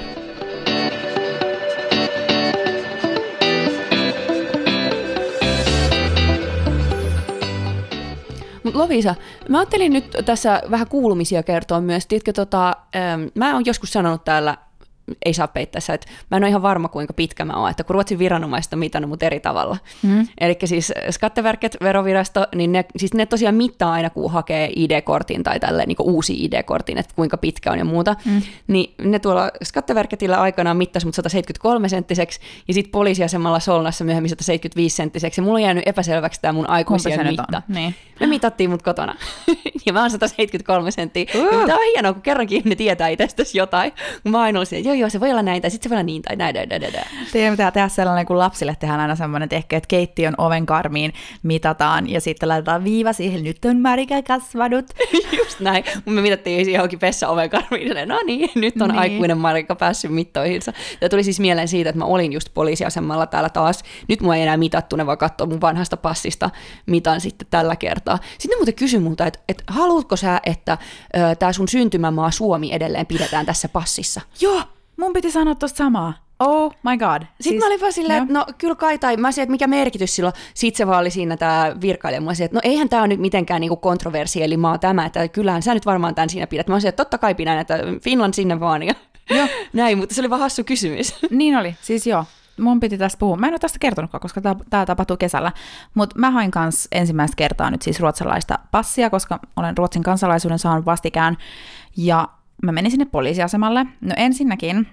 Speaker 2: Mutta Lovisa, mä ajattelin nyt tässä vähän kuulumisia kertoa myös. Tiedätkö, tota, ähm, mä oon joskus sanonut täällä, ei saa peittää sitä, että mä en ole ihan varma, kuinka pitkä mä oon, että kun Ruotsin viranomaiset on mitannut mut eri tavalla. Mm. Eli siis Skatteverket, verovirasto, niin ne, siis ne tosiaan mittaa aina, kun hakee I D-kortin tai tälleen niin uusi I D-kortin, että kuinka pitkä on ja muuta. Mm. Niin ne tuolla Skatteverketillä aikanaan mittasi mut sata seitsemänkymmentäkolme senttiseksi, ja sitten poliisiasemalla Solnassa myöhemmin sata seitsemänkymmentäviisi senttiseksi. Ja mulla on jäänyt epäselväksi tämä mun aikuisien mitta.
Speaker 3: Niin.
Speaker 2: Me mitattiin mut kotona. Ja mä oon sata seitsemänkymmentäkolme senttiä. Uh. Ja tää on hienoa, kun kerrankin ne tietää itsestäsi jotain. Kun mä aina olisin, että joo, joo, se voi olla näin, tai sit se voi olla niin, tai näin, näin, näin, näin.
Speaker 3: Teidän pitää tehdä sellainen, kun lapsille tehdään aina semmoinen, että ehkä, että keittiön oven karmiin mitataan, ja sitten laitetaan viiva siihen, nyt on Marika kasvanut.
Speaker 2: Just näin. Mun me mitattiin siihen johonkin pessä oven karmiin. No niin, nyt on niin. Aikuinen Marika päässyt mittoihinsa. Ja tuli siis mieleen siitä, että mä olin just poliisiasemalla täällä taas. Nyt mua ei enää mitattu, ne vaan katsoo mun vanhasta passista mitan sitten tällä kertaa. Sitten ne muuten kysyi multa, että, että haluatko sä, että tämä sun syntymämaa Suomi edelleen pidetään tässä passissa?
Speaker 3: Joo, mun piti sanoa tosta samaa. Oh my god.
Speaker 2: Sitten siis, mä olin vaan silleen, että no kyllä kai, tai mä sanoin, että mikä merkitys silloin. Sitten se vaan oli siinä tämä virkailija. Mä sanoin, että no eihän tämä ole nyt mitenkään niinku kontroversiaali maa tämä, että kyllähän sä nyt varmaan tämän siinä pidät. Mä sanoin, että totta kai pidän, että Finland sinne vaan ja joo. Näin, mutta se oli vaan hassu kysymys.
Speaker 3: Niin oli, siis joo. Mun piti tästä puhua. Mä en ole tästä kertonutkaan, koska tämä tapahtuu kesällä. Mutta mä hain kanssa ensimmäistä kertaa nyt siis ruotsalaista passia, koska olen Ruotsin kansalaisuuden saanut vastikään. Ja mä menin sinne poliisiasemalle. No ensinnäkin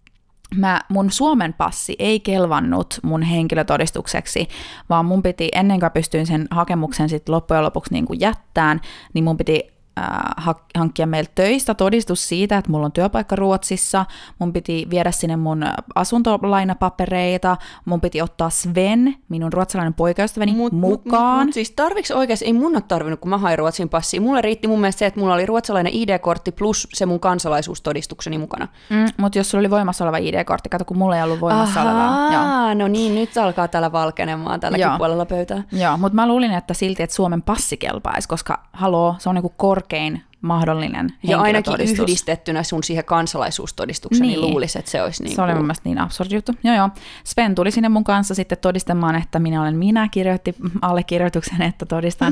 Speaker 3: mä, mun Suomen passi ei kelvannut mun henkilötodistukseksi, vaan mun piti, ennen kuin pystyin sen hakemuksen sit loppujen lopuksi niin kuin jättään, niin mun piti hankkia meiltä töistä todistus siitä, että mulla on työpaikka Ruotsissa, mun piti viedä sinne mun asuntolainapapereita, mun piti ottaa Sven, minun ruotsalainen poikaystäväni, mut, mukaan. Mut, mut, mut
Speaker 2: siis tarviks oikeasti, ei mun ole tarvinnut, kun mä hain Ruotsin passia. Mulle riitti mun mielestä se, että mulla oli ruotsalainen I D-kortti plus se mun kansalaisuustodistukseni mukana.
Speaker 3: Mm, mutta jos sulla oli voimassa oleva I D-kortti, kato kun mulla ei ollut voimassa
Speaker 2: olevaa.
Speaker 3: Joo.
Speaker 2: No niin, nyt alkaa täällä valkenemaan tälläkin Joo. puolella pöytää.
Speaker 3: Joo, mutta mä luulin, että silti, että Suomen passi kelpaisi, koska haloo, se on niinku korkein mahdollinen
Speaker 2: ja ainakin yhdistettynä sun siihen kansalaisuustodistukseen, niin, niin luulisi, että se olisi niin.
Speaker 3: Se oli mun mielestä niin absurdi juttu. Joo, joo. Sven tuli sinne mun kanssa sitten todistamaan, että minä olen minä, kirjoitti allekirjoituksen, että todistan.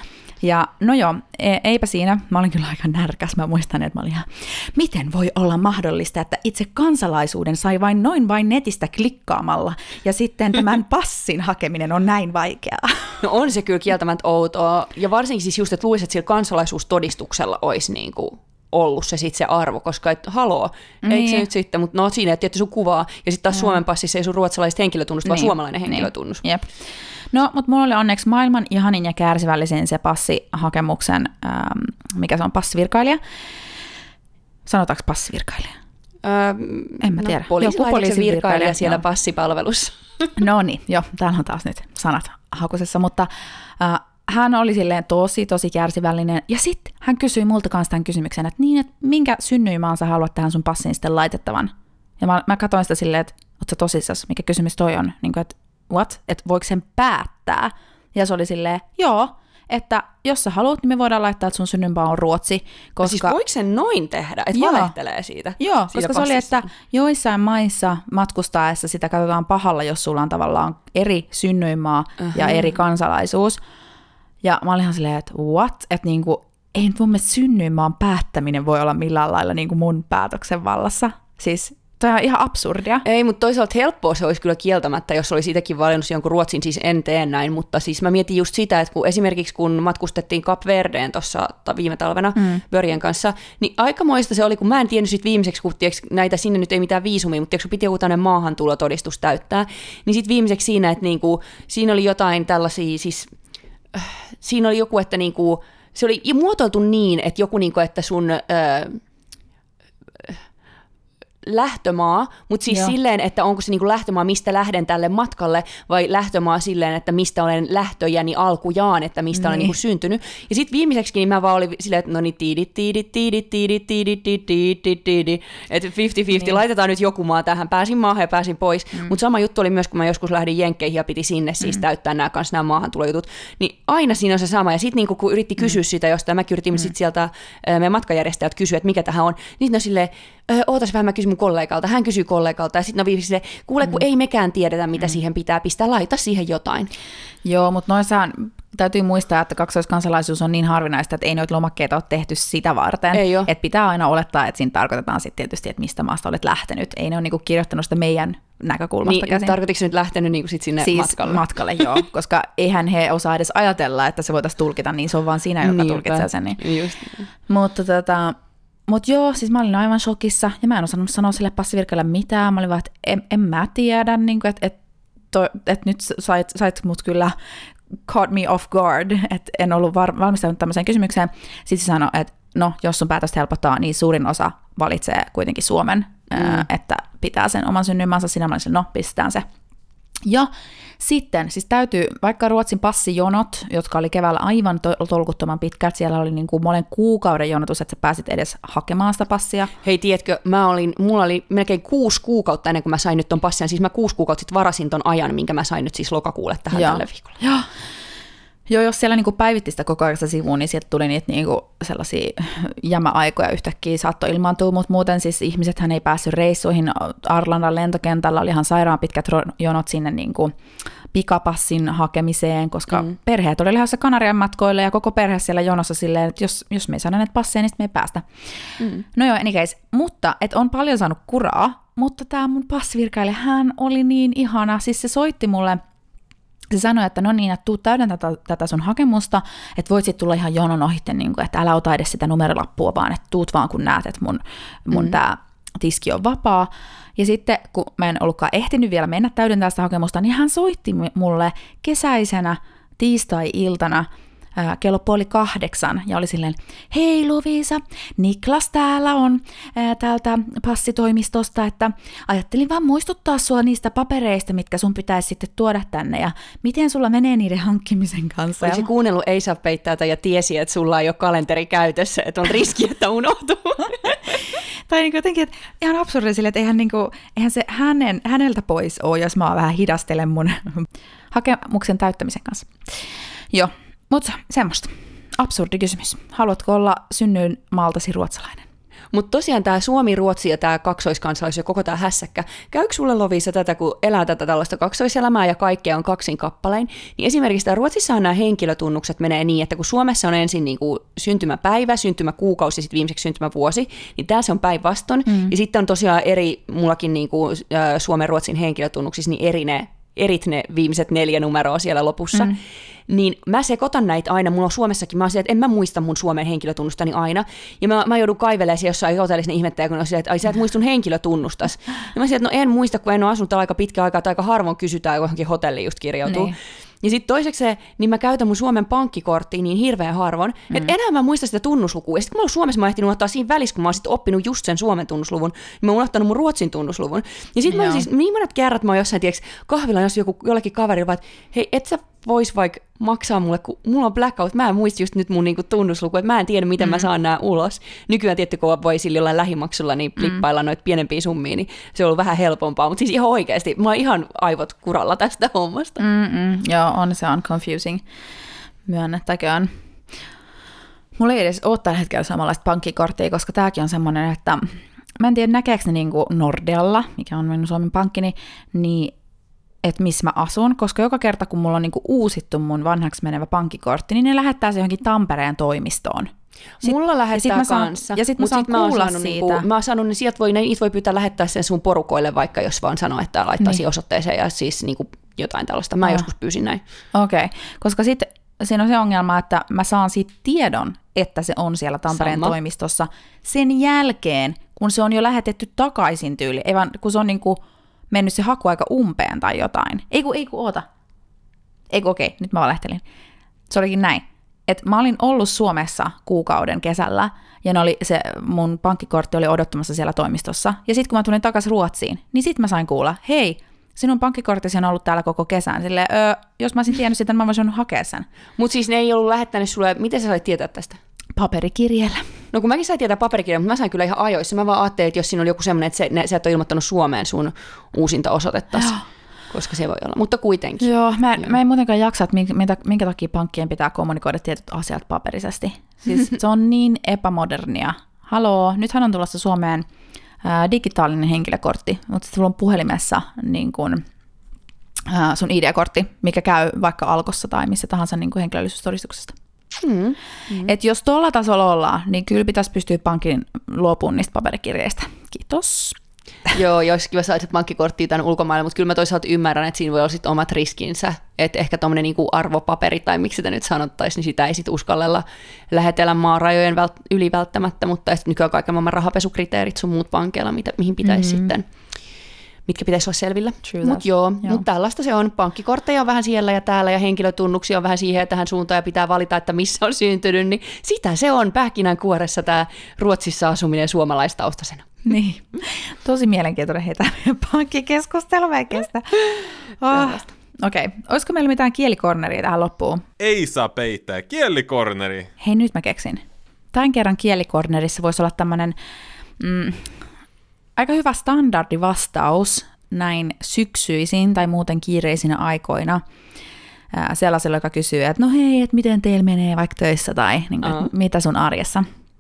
Speaker 3: Ja no joo, eipä siinä. Mä olin kyllä aika närkäs. Mä muistan, että mä olin ihan, miten voi olla mahdollista, että itse kansalaisuuden sai vain noin vain netistä klikkaamalla, ja sitten tämän passin hakeminen on näin vaikeaa.
Speaker 2: No on se kyllä kieltämättä outoa. Ja varsinkin siis just, että luulisi, että sillä kansalaisuustodistuksella olisi niin kuin ollut se sitten se arvo, koska et, haloo, niin. Eikö se nyt sitten, mutta no siinä, että sun kuvaa, ja sitten taas mm. Suomen passissa ei sun ruotsalaista henkilötunnusta, niin. vaan suomalainen henkilötunnus.
Speaker 3: Niin. Jep. No, mutta mulla oli onneksi maailman ihanin ja kärsivällisin se passihakemuksen, ähm, mikä se on, passivirkailija. Sanotaanko passivirkailija?
Speaker 2: Öö,
Speaker 3: en mä
Speaker 2: no,
Speaker 3: tiedä.
Speaker 2: Poliisilaitoksen virkailija siellä joo. passipalvelussa.
Speaker 3: No niin, joo, täällä on taas nyt sanat hakusessa, mutta äh, hän oli silleen tosi, tosi kärsivällinen. Ja sitten hän kysyi multa kanssa tämän kysymyksen, että niin, että minkä synnyinmaan sä haluat tähän sun passiin sitten laitettavan? Ja mä, mä katsoin sitä silleen, että oot sä tosissas, mikä kysymys toi on? Niin kuin, että what? Että voiko sen päättää? Ja se oli silleen, joo, että jos sä haluat, niin me voidaan laittaa, että sun synnyinpää on Ruotsi. Koska...
Speaker 2: Siis voiko sen noin tehdä, että joo. valehtelee siitä?
Speaker 3: Joo, siitä koska passista. Se oli, että joissain maissa matkustaessa sitä katsotaan pahalla, jos sulla on tavallaan eri synnyinmaa uh-huh. ja eri kansalaisuus. Ja mä olin ihan silleen, että what? Että niinku, ei nyt mun mielestä synnyinmaan päättäminen voi olla millään lailla niinku mun päätöksen vallassa. Siis toi on ihan absurdia.
Speaker 2: Ei, mutta toisaalta helppoa se olisi kyllä kieltämättä, jos olisi itsekin valinnut jonkun Ruotsin, siis en tee näin, mutta siis mä mietin just sitä, että kun esimerkiksi kun matkustettiin Kap Verdeen tuossa viime talvena mm. Börjen kanssa, niin aikamoista se oli, kun mä en tiennyt sit viimeiseksi, kun tiiäks, näitä sinne nyt ei mitään viisumia, mutta tiiäks, piti joku tämmöinen maahantulotodistus täyttää, niin sitten viimeiseksi siinä, että niinku, siinä oli jotain tällaisia, siis äh, siinä oli joku, että niinku, se oli muotoiltu niin, että joku, niinku, että sun... Äh, lähtömaa, mutta siis Joo. silleen, että onko se niinku lähtömaa, mistä lähden tälle matkalle, vai lähtömaa silleen, että mistä olen lähtöjäni alkujaan, että mistä niin. olen niinku syntynyt. Ja sitten viimeiseksikin niin mä vaan olin silleen, että no niin, tiidit, tiidit, tiidit, tiidit, tiidit, tiidit, tiidit, tiidit, että viisikymmentä viisikymmentä, niin. laitetaan nyt joku maa tähän, pääsin maahan ja pääsin pois. Mm. Mutta sama juttu oli myös, kun mä joskus lähdin Jenkkeihin ja piti sinne siis mm. täyttää nämä kanssa nämä maahantulojutut, niin aina siinä on se sama. Ja sitten niinku, kun yritti kysyä mm. sitä jostain, mä yritin mm. sitten sieltä meidän matkajärjestäjät kysyä, että mikä tähän on, niin ne on silleen, ootas vähän, mä kysyn mun kollegalta, hän kysyy kollegalta, ja sitten on viimeisesti silleen, kuule, kun mm. ei mekään tiedetä, mitä mm. siihen pitää pistää, laita siihen jotain.
Speaker 3: Joo, mutta noissaan täytyy muistaa, että kaksoiskansalaisuus on niin harvinaista, että ei noita lomakkeita ole tehty sitä varten. Että pitää aina olettaa, että siinä tarkoitetaan sitten tietysti, että mistä maasta olet lähtenyt. Ei ne ole niinku kirjoittanut sitä meidän näkökulmasta
Speaker 2: niin,
Speaker 3: käsin.
Speaker 2: Tarkoitiko se nyt lähtenyt niinku sit sinne
Speaker 3: siis
Speaker 2: matkalle?
Speaker 3: matkalle, joo, koska eihän he osaa edes ajatella, että se voitaisiin tulkita, niin se on vaan sinä, joka Niinpä. tulkitsee sen. Niin.
Speaker 2: Just.
Speaker 3: Mutta tota... Mutta joo, siis mä olin aivan shokissa, ja mä en osannut sanoa sille passivirkailijalle mitään. Mä olin vaan, että en, en mä tiedä, niin että et, et nyt sait, sait mut kyllä caught me off guard, että en ollut var- valmistautunut tämmöiseen kysymykseen. Sitten se sanoi, että no, jos sun päätöstä helpottaa, niin suurin osa valitsee kuitenkin Suomen, mm. ää, että pitää sen oman synnyinmaansa. Siinä mä olin, no, pistetään se. Ja sitten, siis täytyy, vaikka Ruotsin passijonot, jotka oli keväällä aivan to- tolkuttoman pitkät, siellä oli niin kuin monen kuukauden jonotus, että sä pääsit edes hakemaan sitä passia.
Speaker 2: Hei, tiedätkö, mä olin, mulla oli melkein kuusi kuukautta ennen kuin mä sain nyt ton passin, siis mä kuusi kuukautta sitten varasin ton ajan, minkä mä sain nyt siis lokakuulle tähän
Speaker 3: Joo.
Speaker 2: tälle viikolle.
Speaker 3: Joo. Joo, jos siellä niinku päivitti sitä koko ajan sivuun, niin sieltä tuli niitä niinku sellaisia jämäaikoja yhtäkkiä saattoi ilmaantua, mutta muuten siis ihmisethän ei päässyt reissuihin. Arlandan lentokentällä oli ihan sairaan pitkät jonot sinne niinku pikapassin hakemiseen, koska mm. perheet oli lähdössä Kanarian matkoille ja koko perhe siellä jonossa silleen, että jos, jos me ei saada näitä passeja, niin me ei päästä. Mm. No joo, anyways, mutta et on paljon saanut kuraa, mutta tämä mun passivirkailija, hän oli niin ihana, siis se soitti mulle. Se sanoi, että no niin, että tuu täydentää tätä, tätä sun hakemusta, että voit sit tulla ihan jonon ohitte, niin kuin, että älä ota edes sitä numerolappua, vaan että tuut vaan kun näet, että mun, mun mm. tämä tiski on vapaa. Ja sitten kun mä en ollutkaan ehtinyt vielä mennä täydentää sitä hakemusta, niin hän soitti mulle kesäisenä tiistai-iltana ää, kello puoli kahdeksan ja oli silleen, hei Lovisa, Niklas täällä on ää, täältä passitoimistosta, että ajattelin vaan muistuttaa sua niistä papereista, mitkä sun pitäisi sitten tuoda tänne ja miten sulla menee niiden hankkimisen kanssa.
Speaker 2: Olisi kuunnellut Ei saa peittää ja tiesi, että sulla ei ole kalenteri käytössä, että on riski, että unohtuu.
Speaker 3: Tai niin jotenkin, että ihan absurdi sille, että eihän, niin kuin, eihän se hänen, häneltä pois ole, jos mä vähän hidastelen mun hakemuksen täyttämisen kanssa. Joo, mutta semmoista. Absurdi kysymys. Haluatko olla synnyin maaltasi ruotsalainen?
Speaker 2: Mutta tosiaan tämä Suomi, Ruotsi ja tämä kaksoiskansalaisuus ja koko tämä hässäkkä, käykö sulle Lovisa tätä, kun elää tätä tällaista kaksoiselämää ja kaikkea on kaksin kappalein, niin esimerkiksi tämä Ruotsissahan nämä henkilötunnukset menee niin, että kun Suomessa on ensin niin kuin syntymäpäivä, syntymäkuukausi ja sitten viimeiseksi syntymävuosi, niin täällä se on päinvastoin. Mm. Ja sitten on tosiaan eri, mullakin niin kuin, äh, Suomen Ruotsin henkilötunnuksissa, niin eri ne, erit ne viimeiset neljä numeroa siellä lopussa. Mm. Niin mä sekoitan näitä aina, mulla on Suomessakin, mä oon että en mä muista mun Suomen henkilötunnustani aina, ja mä, mä joudun kaivelemaan siellä jossain hotellissa ne ihmettäjä, kun on silleen, että ai sä et muista sun henkilötunnustas. Ja mä sanoin, että no en muista, kun en ole asunut täällä aika pitkä aikaa, tai aika harvoin kysytään, johonkin hotelliin just kirjautuu. Niin. Ja sitten toiseksi se, niin mä käytän mun Suomen pankkikorttia niin hirveän harvoin, mm. että enää mä muista sitä tunnuslukua. Ja sitten kun mä oon Suomessa, mä ehtinyt ottaa siinä välissä, kun mä oon sit oppinut just sen Suomen tunnusluvun, niin mä oon unohtanut mun Ruotsin tunnusluvun. Ja sitten mä oon siis, niin monet kerrat mä oon jossain, tiiäks, kahvilla, jos joku, jollekin kaverilla, että hei, et sä vois vaikka maksaa mulle, kun mulla on blackout, mä en muista just nyt mun niinku tunnusluku, että mä en tiedä, miten mm. mä saan nää ulos. Nykyään tietty, kun voi sillä jollain lähimaksulla niin flippailla mm. noita pienempiä summia, niin se on ollut vähän helpompaa, mutta siis ihan oikeasti, mä oon ihan aivot kuralla tästä hommasta.
Speaker 3: Mm-mm. Joo, on se on confusing, myönnettäköön. Mulla ei edes ole tällä hetkellä samanlaista pankkikorttia, koska tääkin on semmoinen, että mä en tiedä näkeekö ne niinku Nordealla, mikä on minun Suomen pankkini, niin että missä mä asun, koska joka kerta, kun mulla on niinku uusittu mun vanhaksi menevä pankkikortti, niin ne lähettää se johonkin Tampereen toimistoon.
Speaker 2: Sit, mulla lähettää
Speaker 3: ja
Speaker 2: kanssa.
Speaker 3: Ja sit mä saan
Speaker 2: sit mä
Speaker 3: kuulla
Speaker 2: saanut,
Speaker 3: siitä.
Speaker 2: Niinku, mä oon saanut, niin sieltä voi, niitä voi pyytää lähettää sen sun porukoille, vaikka jos vaan sanoo, että laittaisi niin osoitteeseen ja siis niinku jotain tällaista. Mä no. joskus pyysin näin.
Speaker 3: Okei, okay. Koska sitten siinä on se ongelma, että mä saan siitä tiedon, että se on siellä Tampereen Sama. toimistossa sen jälkeen, kun se on jo lähetetty takaisin tyyli. Ei vaan, kun se on niinku mennyt se haku aika umpeen tai jotain. Ei kun, ei kun, oota. Ei kun, okei, nyt mä valehtelin. Se olikin näin, että mä olin ollut Suomessa kuukauden kesällä, ja ne oli se, mun pankkikortti oli odottamassa siellä toimistossa. Ja sitten kun mä tulin takaisin Ruotsiin, niin sitten mä sain kuulla, hei, sinun pankkikorttisi on ollut täällä koko kesän. Silleen, öö, jos mä olisin tiennyt sitä, niin mä voisin hakea sen.
Speaker 2: Mutta siis ne ei ollut lähettänyt sulle, miten sä sait tietää tästä?
Speaker 3: Paperikirjeellä.
Speaker 2: No kun mäkin sain tietää paperikirjalla, mutta mä sain kyllä ihan ajoissa. Mä vaan ajattelin, että jos siinä oli joku semmoinen, että se, ne, sä et ole ilmoittanut Suomeen sun uusinta osoitettasi, koska se voi olla. Mutta kuitenkin.
Speaker 3: Joo, mä, Joo. mä en muutenkaan jaksa, että minkä, minkä takia pankkien pitää kommunikoida tietyt asiat paperisesti. Siis se on niin epämodernia. Haloo, nythän on tulossa Suomeen ää, digitaalinen henkilökortti, mutta sulla on puhelimessa niin kun, ää, sun I D-kortti, mikä käy vaikka Alkossa tai missä tahansa niin kun henkilöllisyystodistuksesta. Mm, mm. Että jos tuolla tasolla ollaan, niin kyllä pitäisi pystyä pankin luopumaan niistä paperikirjeistä. Kiitos.
Speaker 2: Joo, jos kiva saisit pankkikorttia tänne ulkomaille, mutta kyllä mä toisaalta ymmärrän, että siinä voi olla sit omat riskinsä. Että ehkä tommoinen niinku arvopaperi tai miksi sitä nyt sanottaisiin, niin sitä ei sit uskallella lähetellä maarajojen vält- yli välttämättä, mutta nykyään kaiken maailman rahapesukriteerit sun muut pankeilla, mitä, mihin pitäisi mm-hmm. sitten mitkä pitäisi olla selvillä.
Speaker 3: True
Speaker 2: Mutta joo,
Speaker 3: joo.
Speaker 2: mut tällaista se on. Pankkikortteja on vähän siellä ja täällä ja henkilötunnuksia on vähän siihen ja tähän suuntaan ja pitää valita, että missä on syntynyt, niin sitä se on pähkinänkuoressa tämä Ruotsissa asuminen suomalaistaustaisena.
Speaker 3: Niin, tosi mielenkiintoinen heitä pankkikeskustelu kestä. Oh. Okei, okay. Olisiko meillä mitään kielikorneria tähän loppuun?
Speaker 1: Ei saa peittää. Kielikorneri.
Speaker 3: Hei, nyt mä keksin. Tämän kerran kielikornerissa voisi olla tämmöinen mm, aika hyvä standardivastaus näin syksyisin tai muuten kiireisinä aikoina ää, sellaisella, joka kysyy, että no hei, että miten teillä menee vaikka töissä tai niin kuin, uh-huh. mitä sun arjessa.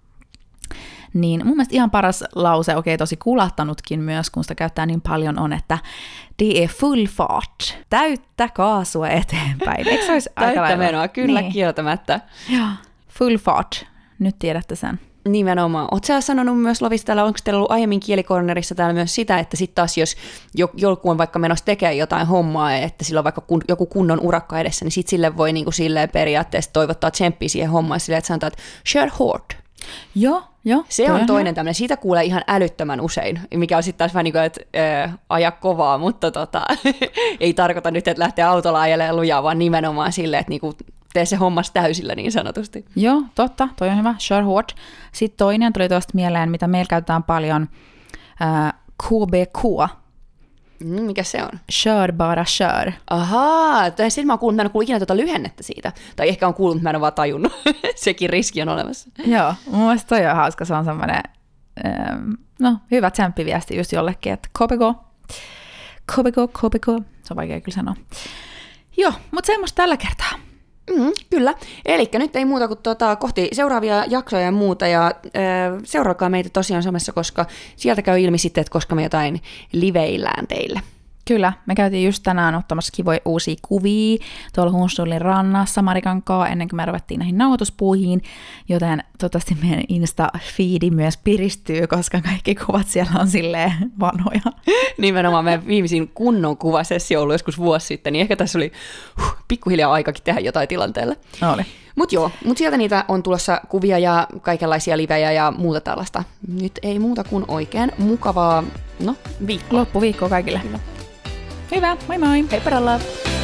Speaker 3: Niin mun mielestä ihan paras lause, okei okay, tosi kulahtanutkin myös, kun sitä käyttää niin paljon, on, että det är full fart. Täyttä kaasua eteenpäin. Eikö se olisi aika
Speaker 2: Täyttä
Speaker 3: lailla?
Speaker 2: menoa, kyllä
Speaker 3: Niin.
Speaker 2: kieltämättä.
Speaker 3: Joo, full fart. Nyt tiedätte sen.
Speaker 2: Nimenomaan. Oletko sä sanonut myös, Lovis, täällä, onko teillä ollut aiemmin kielikornerissa täällä myös sitä, että sitten taas jos joku on vaikka menossa tekemään jotain hommaa, että sillä on vaikka kun, joku kunnon urakka edessä, niin sitten sille voi niinku silleen periaatteessa toivottaa tsemppiä siihen hommaan silleen, että sanotaan, että kör hårt.
Speaker 3: Joo, joo.
Speaker 2: Se on toinen tämmöinen, siitä kuulee ihan älyttömän usein, mikä on sitten taas vähän niin kuin, että äh, aja kovaa, mutta tota, ei tarkoita nyt, että lähtee autolla ajelemaan lujaa, vaan nimenomaan silleen, että niinku tee se hommas täysillä niin sanotusti.
Speaker 3: Joo, totta, toi on hyvä, kör hårt. Sitten toinen tuli tuosta mieleen, mitä meillä käytetään paljon, äh, K B K.
Speaker 2: Mm, mikä se on?
Speaker 3: Kör bara kör.
Speaker 2: Ahaa, tai sitten mä oon kuullut, että mä en ole kuullut ikinä tuota lyhennettä siitä. Tai ehkä on kuullut, mutta mä en ole vaan tajunnut. Sekin riski on olemassa.
Speaker 3: Joo, mun mielestä toi on hauska, se on semmoinen, ähm, no hyvä tsemppiviesti just jollekin, että K B K, K B K, K B K, se on vaikea kyllä sanoa. Joo, mutta semmoista tällä kertaa.
Speaker 2: Mm, kyllä. Eli nyt ei muuta kuin tuota, kohti seuraavia jaksoja ja muuta, ja äh, seuraakaa meitä tosiaan somessa, koska sieltä käy ilmi sitten, että koska me jotain liveillään teille.
Speaker 3: Kyllä, me käytiin just tänään ottamassa kivoja uusia kuvia tuolla Hunstulin rannassa Marikan kanssa ennen kuin me ruvettiin näihin nauhoituspuihin, joten toivottavasti meidän Insta-feedi myös piristyy, koska kaikki kuvat siellä on silleen vanhoja.
Speaker 2: Nimenomaan meidän viimeisin kunnon kuvasessio ollut joskus vuosi sitten, niin ehkä tässä oli huh, pikkuhiljaa aikakin tehdä jotain tilanteelle.
Speaker 3: Oli.
Speaker 2: Mutta joo, mut sieltä niitä on tulossa kuvia ja kaikenlaisia livejä ja muuta tällaista. Nyt ei muuta kuin oikein mukavaa, no, viikkoa.
Speaker 3: Loppuviikkoa kaikille.
Speaker 2: Kyllä.
Speaker 3: Hyvä, moi moi!
Speaker 2: Hei paralla!